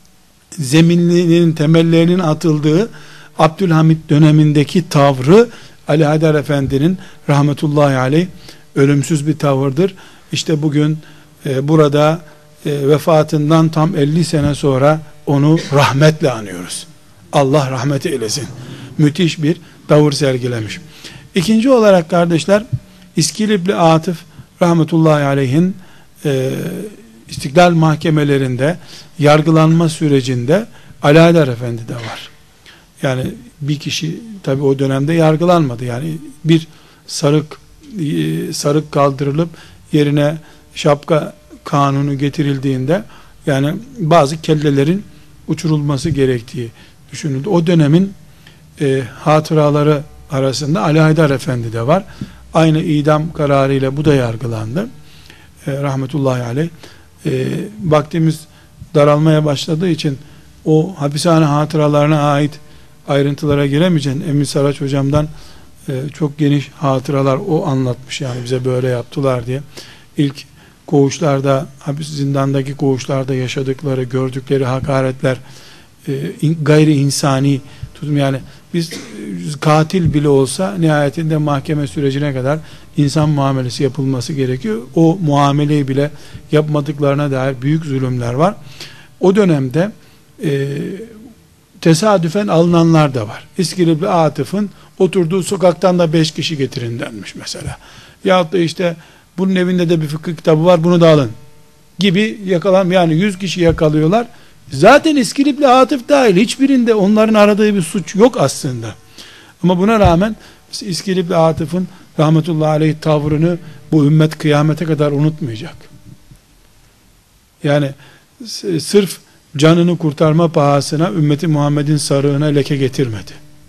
A: zemininin, temellerinin atıldığı Abdülhamid dönemindeki tavrı Ali Haydar Efendi'nin rahmetullahi aleyh ölümsüz bir tavırdır. İşte bugün e, burada e, vefatından tam elli sene sonra onu rahmetle anıyoruz. Allah rahmet eylesin. Müthiş bir tavır sergilemiş. İkinci olarak kardeşler, İskilipli Atıf rahmetullahi aleyhin e, İstiklal mahkemelerinde yargılanma sürecinde Ali Haydar Efendi de var. Yani bir kişi tabi o dönemde yargılanmadı. Yani bir sarık e, sarık kaldırılıp yerine şapka kanunu getirildiğinde yani bazı kellelerin uçurulması gerektiği düşünüldü. O dönemin e, hatıraları arasında Ali Haydar Efendi de var. Aynı idam kararıyla bu da yargılandı. E, rahmetullahi aleyh. E, vaktimiz daralmaya başladığı için o hapishane hatıralarına ait ayrıntılara giremeyeceğim. Emin Saraç hocamdan e, çok geniş hatıralar o anlatmış, yani bize böyle yaptılar diye. İlk koğuşlarda, hapis zindandaki koğuşlarda yaşadıkları, gördükleri hakaretler, e, in, gayri insani tutum, yani biz e, katil bile olsa nihayetinde mahkeme sürecine kadar insan muamelesi yapılması gerekiyor. O muameleyi bile yapmadıklarına dair büyük zulümler var. O dönemde e, tesadüfen alınanlar da var. İskilipli Atıf'ın oturduğu sokaktan da beş kişi getirin denmiş mesela. Yahut da işte bunun evinde de bir fıkıh kitabı var, bunu da alın gibi yakalan, yani yüz kişi yakalıyorlar. Zaten İskilipli Atıf dahil hiçbirinde onların aradığı bir suç yok aslında. Ama buna rağmen İskilipli Atıf'ın rahmetullahi aleyh tavrını bu ümmet kıyamete kadar unutmayacak. Yani sırf canını kurtarma pahasına ümmeti Muhammed'in sarığına leke getirmedi.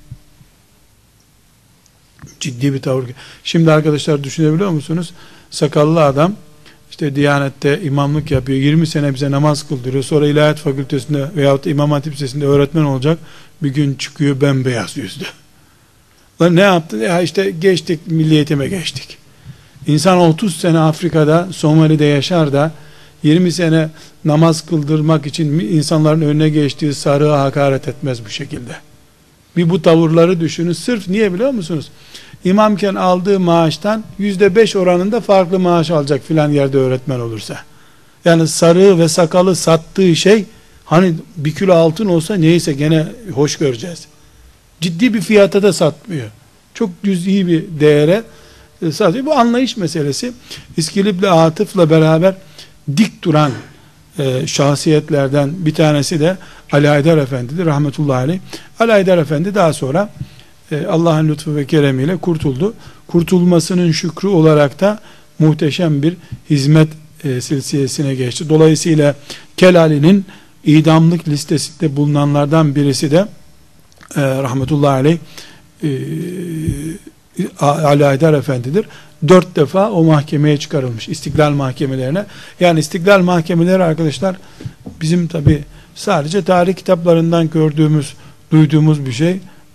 A: Ciddi bir tavır. Şimdi arkadaşlar düşünebiliyor musunuz? Sakallı adam işte Diyanet'te imamlık yapıyor. yirmi sene bize namaz kıldırıyor. Sonra İlahiyat Fakültesinde veyahut da İmam Hatip Lisesi'nde öğretmen olacak. Bir gün çıkıyor bembeyaz yüzlü. Lan ne yaptın? Ya işte geçtik, milli eğitime geçtik. İnsan otuz sene Afrika'da, Somali'de yaşar da yirmi sene namaz kıldırmak için insanların önüne geçtiği sarığa hakaret etmez bu şekilde. Bir bu tavırları düşünün. Sırf niye biliyor musunuz? İmamken aldığı maaştan yüzde beş oranında farklı maaş alacak filan yerde öğretmen olursa. Yani sarığı ve sakalı sattığı şey, hani bir kilo altın olsa neyse gene hoş göreceğiz. Ciddi bir fiyata da satmıyor. Çok cüz'i bir değere satıyor. Bu anlayış meselesi. İskilipli Atıf'la beraber dik duran e, şahsiyetlerden bir tanesi de Ali Haydar Efendi'dir rahmetullahi aleyh. Ali Haydar Efendi daha sonra e, Allah'ın lütfu ve keremiyle kurtuldu. Kurtulmasının şükrü olarak da muhteşem bir hizmet e, silsilesine geçti. Dolayısıyla Kelali'nin idamlık listesinde bulunanlardan birisi de e, rahmetullahi aleyh e, Ali Haydar Efendi'dir. Dört defa o mahkemeye çıkarılmış, İstiklal mahkemelerine. Yani İstiklal mahkemeleri arkadaşlar bizim tabi sadece tarih kitaplarından gördüğümüz, duyduğumuz bir şey.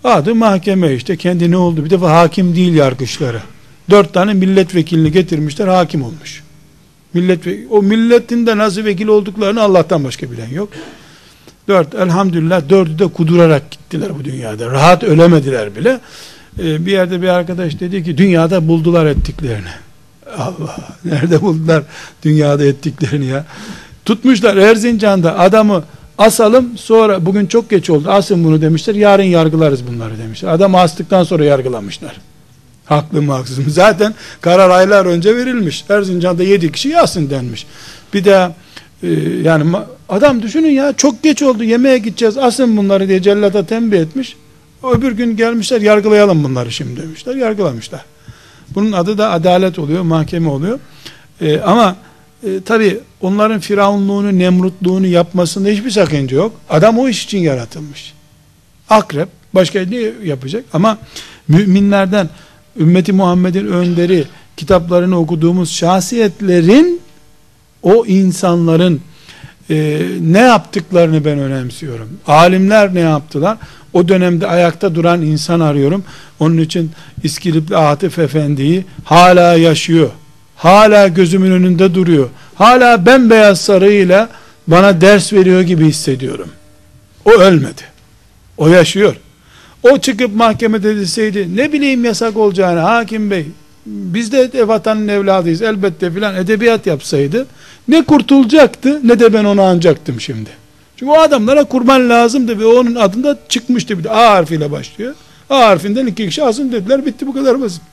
A: Adı mahkeme işte, kendi ne oldu? Bir defa hakim değil yargıçları. Dört tane milletvekilini getirmişler, hakim olmuş. Millet, o milletin de nasıl vekil olduklarını Allah'tan başka bilen yok. Dört, elhamdülillah dördü de kudurarak gittiler bu dünyada. Rahat ölemediler bile. Ee, bir yerde bir arkadaş dedi ki dünyada buldular ettiklerini. Allah, nerede buldular dünyada ettiklerini ya? Tutmuşlar Erzincan'da adamı, asalım, sonra bugün çok geç oldu, asın bunu demişler, yarın yargılarız bunları demişler. Adamı astıktan sonra yargılamışlar. Haklı mı haksız mı? Zaten karar aylar önce verilmiş. Erzincan'da yedi kişi yasın denmiş. Bir de e, yani adam düşünün ya, çok geç oldu, yemeğe gideceğiz, asın bunları diye cellata tembih etmiş. Öbür gün gelmişler, yargılayalım bunları şimdi demişler, yargılamışlar. Bunun adı da adalet oluyor, mahkeme oluyor. E, ama e, tabi onların firavunluğunu, nemrutluğunu yapmasında hiçbir sakınca yok. Adam o iş için yaratılmış. Akrep, başka ne yapacak? Ama müminlerden, ümmeti Muhammed'in önderi, kitaplarını okuduğumuz şahsiyetlerin, o insanların e, ne yaptıklarını ben önemsiyorum. Alimler ne yaptılar? O dönemde ayakta duran insan arıyorum. Onun için İskilipli Atif Efendi'yi hala yaşıyor. Hala gözümün önünde duruyor. Hala bembeyaz sarığıyla bana ders veriyor gibi hissediyorum. O ölmedi. O yaşıyor. O çıkıp mahkemede deseydi, ne bileyim yasak olacağını hakim bey, biz de vatanın evladıyız elbette filan, edebiyat yapsaydı ne kurtulacaktı ne de ben onu anacaktım şimdi. Çünkü o adamlara kurban lazımdı ve onun adında çıkmıştı, bir de A harfiyle başlıyor. A harfinden iki kişi asın dediler, bitti, bu kadar basit.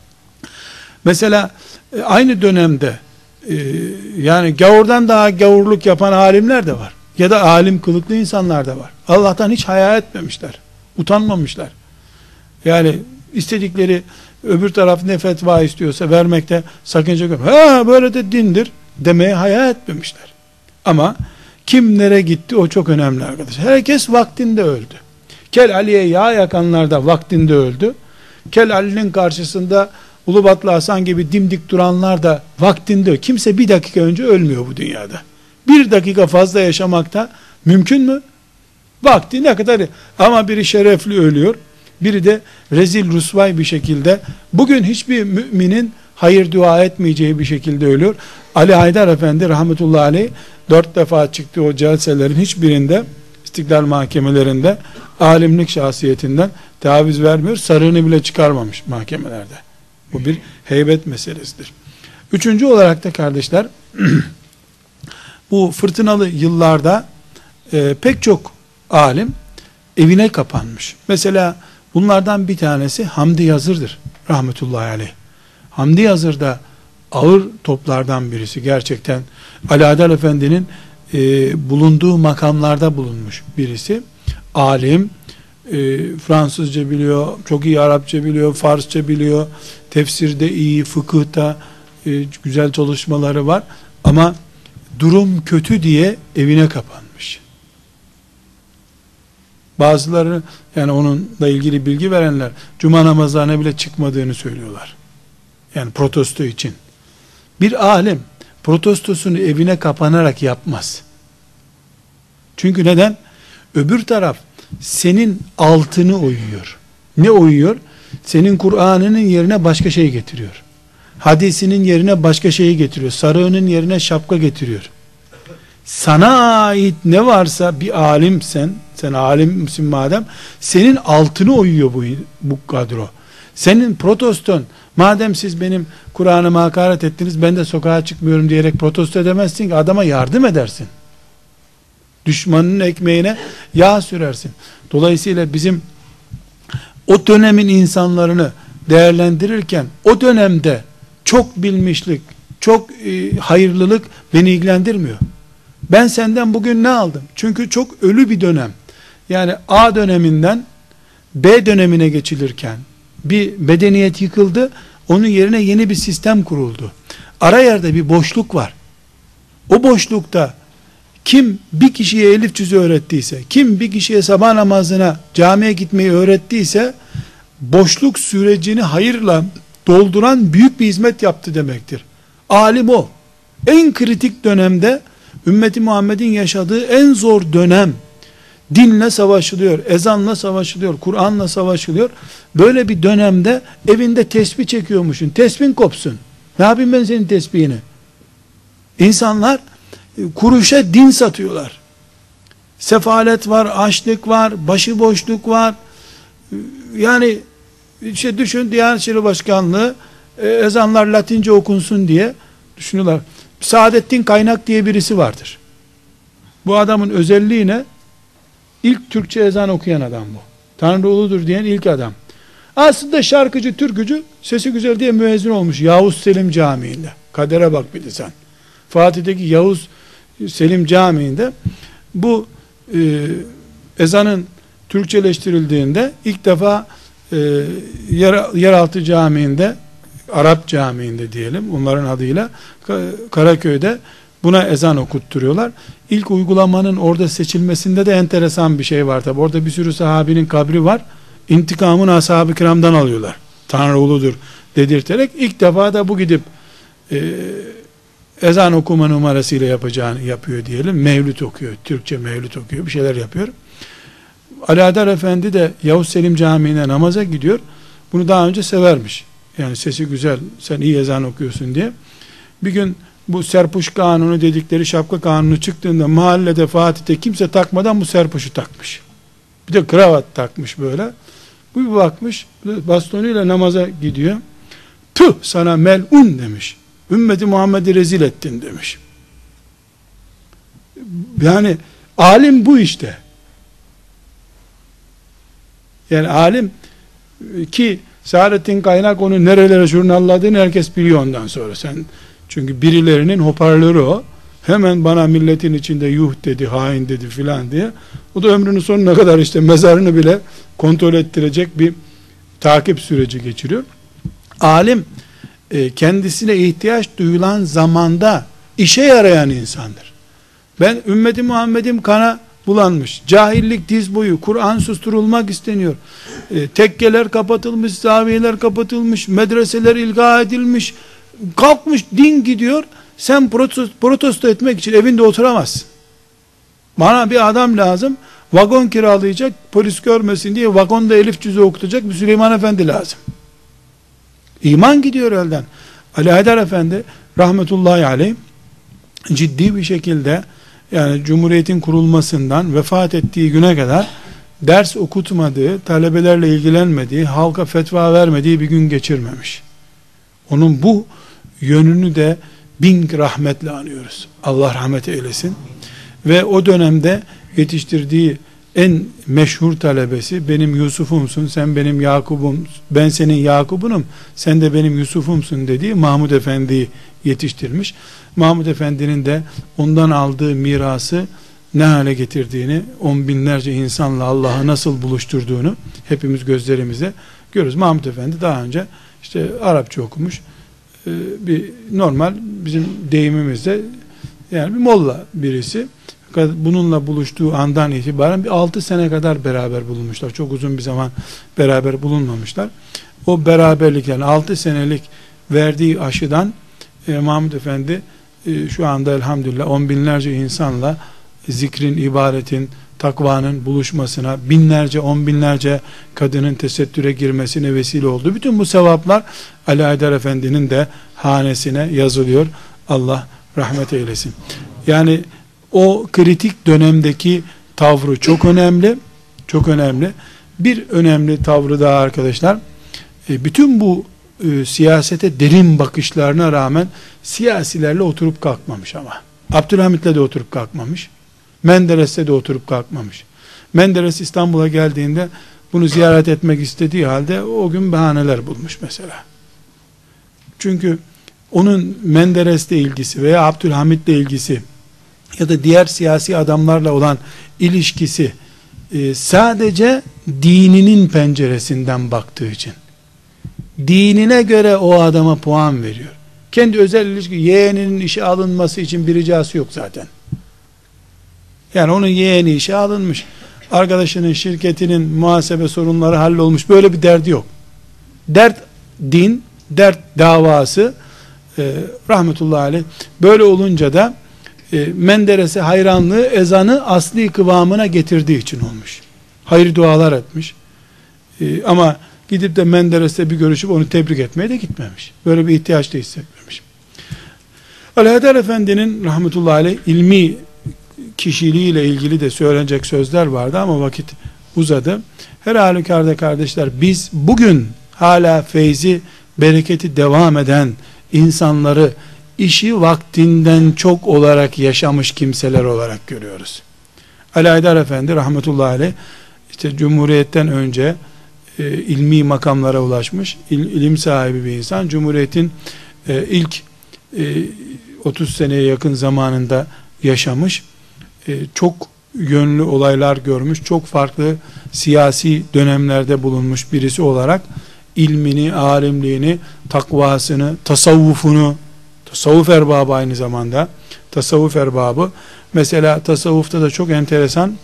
A: Mesela aynı dönemde yani gavurdan daha gavurluk yapan alimler de var. Ya da alim kılıklı insanlar da var. Allah'tan hiç haya etmemişler. Utanmamışlar. Yani istedikleri, öbür taraf ne fetva istiyorsa vermekte sakınca yok. Ha böyle de dindir demeye haya etmemişler. Ama kim nereye gitti o çok önemli arkadaşlar. Herkes vaktinde öldü. Kel Ali'ye yağ yakanlar da vaktinde öldü. Kel Ali'nin karşısında Ulubatlı Hasan gibi dimdik duranlar da vaktinde. Kimse bir dakika önce ölmüyor bu dünyada. Bir dakika fazla yaşamakta mümkün mü? Vakti ne kadar, ama biri şerefli ölüyor, biri de rezil rusvay bir şekilde, bugün hiçbir müminin hayır dua etmeyeceği bir şekilde ölüyor. Ali Haydar Efendi rahmetullahi aleyh dört defa çıktı o celselerin hiçbirinde, istiklal mahkemelerinde alimlik şahsiyetinden taviz vermiyor, sarığını bile çıkarmamış mahkemelerde. Bu bir heybet meselesidir. Üçüncü olarak da kardeşler, bu fırtınalı yıllarda e, pek çok alim evine kapanmış. Mesela bunlardan bir tanesi Hamdi Yazır'dır rahmetullahi aleyh. Hamdi Yazır da ağır toplardan birisi. Gerçekten Ali Adel Efendi'nin e, bulunduğu makamlarda bulunmuş birisi. Alim, e, Fransızca biliyor, çok iyi Arapça biliyor, Farsça biliyor, tefsirde iyi, fıkıhta e, güzel çalışmaları var. Ama durum kötü diye evine kapanmış. Bazıları, yani onunla ilgili bilgi verenler, cuma namazlarına bile çıkmadığını söylüyorlar. Yani protesto için. Bir alim protestosunu evine kapanarak yapmaz. Çünkü neden? Öbür taraf senin altını oyuyor. Ne oyuyor? Senin Kur'an'ının yerine başka şey getiriyor. Hadisinin yerine başka şeyi getiriyor. Sarığının yerine şapka getiriyor. Sana ait ne varsa, bir alimsen, sen alimsin madem, senin altını oyuyor bu, bu kadro. Senin proteston, madem siz benim Kur'an'ıma hakaret ettiniz, ben de sokağa çıkmıyorum diyerek protesto edemezsin ki, adama yardım edersin. Düşmanın ekmeğine yağ sürersin. Dolayısıyla bizim o dönemin insanlarını değerlendirirken, o dönemde çok bilmişlik, çok e, hayırlılık beni ilgilendirmiyor. Ben senden bugün ne aldım? Çünkü çok ölü bir dönem. Yani A döneminden B dönemine geçilirken bir medeniyet yıkıldı, onun yerine yeni bir sistem kuruldu. Ara yerde bir boşluk var. O boşlukta kim bir kişiye elif cüzü öğrettiyse, kim bir kişiye sabah namazına camiye gitmeyi öğrettiyse, boşluk sürecini hayırla dolduran büyük bir hizmet yaptı demektir. Alim o. En kritik dönemde, ümmeti Muhammed'in yaşadığı en zor dönem, Dinle savaşılıyor, ezanla savaşılıyor, Kur'an'la savaşılıyor. Böyle bir dönemde evinde tesbih çekiyormuşsun. Tesbihin kopsun. Ne yapayım ben senin tesbihini? İnsanlar kuruşa din satıyorlar. Sefalet var, açlık var, başıboşluk var. Yani işte düşün, Diyanet İşleri Başkanlığı ezanlar Latince okunsun diye düşünüyorlar. Saadettin Kaynak diye birisi vardır. Bu adamın özelliği ne? İlk Türkçe ezan okuyan adam bu. Tanrı uludur diyen ilk adam. Aslında şarkıcı, türkücü, sesi güzel diye müezzin olmuş Yavuz Selim Camii'nde. Kadere bak bir de sen. Fatih'teki Yavuz Selim Camii'nde bu e, ezanın Türkçeleştirildiğinde ilk defa e, yer, Yeraltı Camii'nde, Arap Camii'nde diyelim onların adıyla, Karaköy'de buna ezan okutturuyorlar. İlk uygulamanın orada seçilmesinde de enteresan bir şey var tabi. Orada bir sürü sahabinin kabri var. İntikamını ashab-ı kiramdan alıyorlar. Tanrı uludur dedirterek ilk defa da bu gidip e, ezan okuma numarasıyla yapacağını yapıyor diyelim. Mevlüt okuyor. Türkçe mevlüt okuyor. Bir şeyler yapıyor. Ali Adar Efendi de Yavuz Selim Camii'ne namaza gidiyor. Bunu daha önce severmiş. Yani sesi güzel, sen iyi ezan okuyorsun diye. Bir gün bu serpuş kanunu dedikleri şapka kanunu çıktığında mahallede, Fatih'te kimse takmadan bu serpuşu takmış. Bir de kravat takmış böyle. Bu bir bakmış, bastonuyla namaza gidiyor. Tüh sana melun demiş. Ümmeti Muhammed'i rezil ettin demiş. Yani alim bu işte. Yani alim ki Saadettin Kaynak onu nerelere jurnalladığını herkes biliyor ondan sonra. Sen çünkü birilerinin hoparlörü o. Hemen bana milletin içinde yuh dedi, hain dedi filan diye. O da ömrünün sonuna kadar işte mezarını bile kontrol ettirecek bir takip süreci geçiriyor. Alim kendisine ihtiyaç duyulan zamanda işe yarayan insandır. Ben ümmeti Muhammed'im kana bulanmış. Cahillik diz boyu. Kur'an susturulmak isteniyor. E, tekkeler kapatılmış, zaviyeler kapatılmış, medreseler ilga edilmiş. Kalkmış din gidiyor. Sen protesto, protesto etmek için evinde oturamazsın. Bana bir adam lazım. Vagon kiralayacak, polis görmesin diye vagonda elif cüzü okutacak bir Süleyman Efendi lazım. İman gidiyor elden. Ali Haydar Efendi rahmetullahi aleyh ciddi bir şekilde, yani Cumhuriyet'in kurulmasından vefat ettiği güne kadar ders okutmadığı, talebelerle ilgilenmediği, halka fetva vermediği bir gün geçirmemiş. Onun bu yönünü de bin rahmetle anıyoruz. Allah rahmet eylesin. Ve o dönemde yetiştirdiği en meşhur talebesi, benim Yusuf'umsun, sen benim Yakub'um, ben senin Yakub'unum, sen de benim Yusuf'umsun dediği Mahmud Efendi'yi yetiştirmiş. Mahmud Efendi'nin de ondan aldığı mirası ne hale getirdiğini, on binlerce insanla Allah'ı nasıl buluşturduğunu hepimiz gözlerimizle görürüz. Mahmud Efendi daha önce işte Arapça okumuş, bir normal bizim deyimimizde yani bir molla birisi. Bununla buluştuğu andan itibaren bir altı sene kadar beraber bulunmuşlar. Çok uzun bir zaman beraber bulunmamışlar. O beraberlik, yani altı senelik verdiği aşıdan e, Mahmud Efendi e, şu anda elhamdülillah on binlerce insanla zikrin, ibadetin, takvanın buluşmasına, binlerce, on binlerce kadının tesettüre girmesine vesile oldu. Bütün bu sevaplar Ali Haydar Efendi'nin de hanesine yazılıyor. Allah rahmet eylesin. Yani o kritik dönemdeki tavrı çok önemli. Çok önemli. Bir önemli tavrı daha arkadaşlar. E, bütün bu e, siyasete derin bakışlarına rağmen siyasilerle oturup kalkmamış ama. Abdülhamit'le de oturup kalkmamış. Menderes'le de oturup kalkmamış. Menderes İstanbul'a geldiğinde bunu ziyaret etmek istediği halde o gün bahaneler bulmuş mesela. Çünkü onun Menderes'le ilgisi veya Abdülhamit'le ilgisi ya da diğer siyasi adamlarla olan ilişkisi e, sadece dininin penceresinden baktığı için, dinine göre o adama puan veriyor. Kendi özel ilişki, yeğeninin işe alınması için bir ricası yok zaten. Yani onun yeğeni işe alınmış, arkadaşının şirketinin muhasebe sorunları hallolmuş, böyle bir derdi yok. Dert din, dert davası. e, rahmetullahi aleyh böyle olunca da e, Menderes'e hayranlığı ezanı asli kıvamına getirdiği için olmuş. Hayır dualar etmiş. E, ama gidip de Menderes'le bir görüşüp onu tebrik etmeye de gitmemiş. Böyle bir ihtiyaç da hissetmemiş. Ali Haydar Efendi'nin rahmetullahi aleyh ilmi kişiliğiyle ilgili de söylenecek sözler vardı ama vakit uzadı. Her halükarda kardeşler, biz bugün hala feyzi, bereketi devam eden insanları işi vaktinden çok olarak yaşamış kimseler olarak görüyoruz. Ali Haydar Efendi rahmetullahi aleyh işte Cumhuriyet'ten önce e, ilmi makamlara ulaşmış, il, ilim sahibi bir insan. Cumhuriyet'in e, ilk e, otuz seneye yakın zamanında yaşamış, e, çok yönlü olaylar görmüş, çok farklı siyasi dönemlerde bulunmuş birisi olarak ilmini, alimliğini, takvasını, tasavvufunu, tasavvuf erbabı aynı zamanda, tasavvuf erbabı. Mesela tasavvufta da çok enteresan,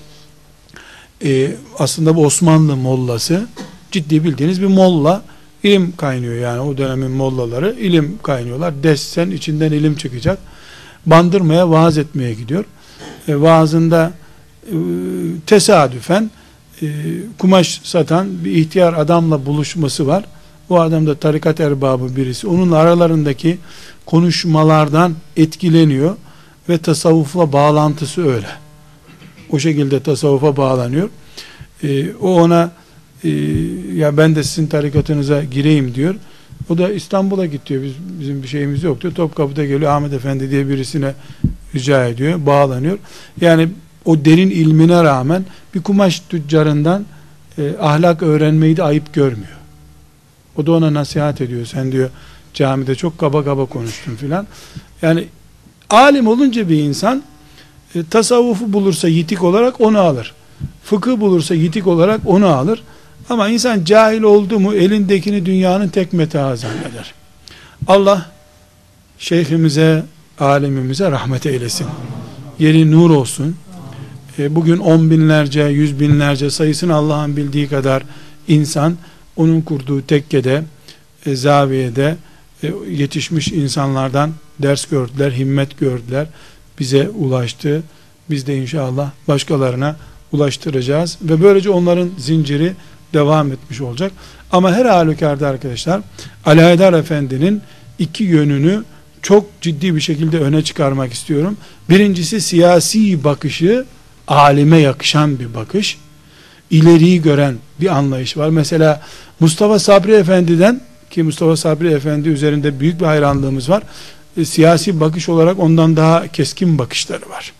A: e, aslında bu Osmanlı mollası, ciddi bildiğiniz bir molla, ilim kaynıyor yani o dönemin mollaları, ilim kaynıyorlar, dessen içinden ilim çıkacak, Bandırma'ya vaaz etmeye gidiyor. E, vaazında e, tesadüfen e, kumaş satan bir ihtiyar adamla buluşması var. O adam da tarikat erbabı birisi. Onun aralarındaki konuşmalardan etkileniyor ve tasavvufla bağlantısı öyle. O şekilde tasavvufa bağlanıyor. E, o ona e, ya ben de sizin tarikatınıza gireyim diyor. O da İstanbul'a gidiyor. Biz, bizim bir şeyimiz yok diyor. Topkapı'da geliyor. Ahmet Efendi diye birisine rica ediyor. Bağlanıyor. Yani o derin ilmine rağmen bir kumaş tüccarından e, ahlak öğrenmeyi de ayıp görmüyor. O da ona nasihat ediyor. Sen diyor camide çok kaba kaba konuştun filan. Yani alim olunca bir insan e, tasavvufu bulursa yitik olarak onu alır. Fıkıh bulursa yitik olarak onu alır. Ama insan cahil oldu mu elindekini dünyanın tek metaı zanneder. Allah şeyhimize, alimimize rahmet eylesin. Yeri nur olsun. E, bugün on binlerce, yüz binlerce, sayısını Allah'ın bildiği kadar insan onun kurduğu tekkede, e, zaviyede e, yetişmiş insanlardan ders gördüler, himmet gördüler. Bize ulaştı. Biz de inşallah başkalarına ulaştıracağız ve böylece onların zinciri devam etmiş olacak. Ama her halükarda arkadaşlar, Ali Haydar Efendi'nin iki yönünü çok ciddi bir şekilde öne çıkarmak istiyorum. Birincisi siyasi bakışı, alime yakışan bir bakış, ileriyi gören bir anlayış var. Mesela Mustafa Sabri Efendi'den, ki Mustafa Sabri Efendi üzerinde büyük bir hayranlığımız var, e, siyasi bakış olarak ondan daha keskin bakışları var.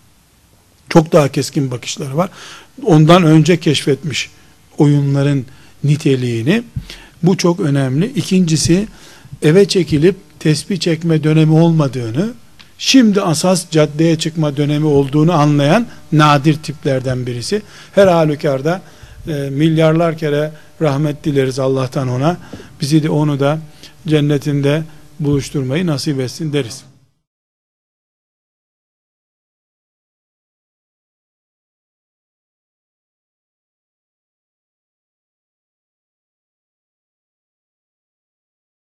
A: Çok daha keskin bakışları var. Ondan önce keşfetmiş oyunların niteliğini. Bu çok önemli. İkincisi, eve çekilip tesbih çekme dönemi olmadığını, şimdi asas caddeye çıkma dönemi olduğunu anlayan nadir tiplerden birisi. Her halükarda e, milyarlar kere rahmet dileriz Allah'tan ona. Bizi de onu da cennetinde buluşturmayı nasip etsin deriz.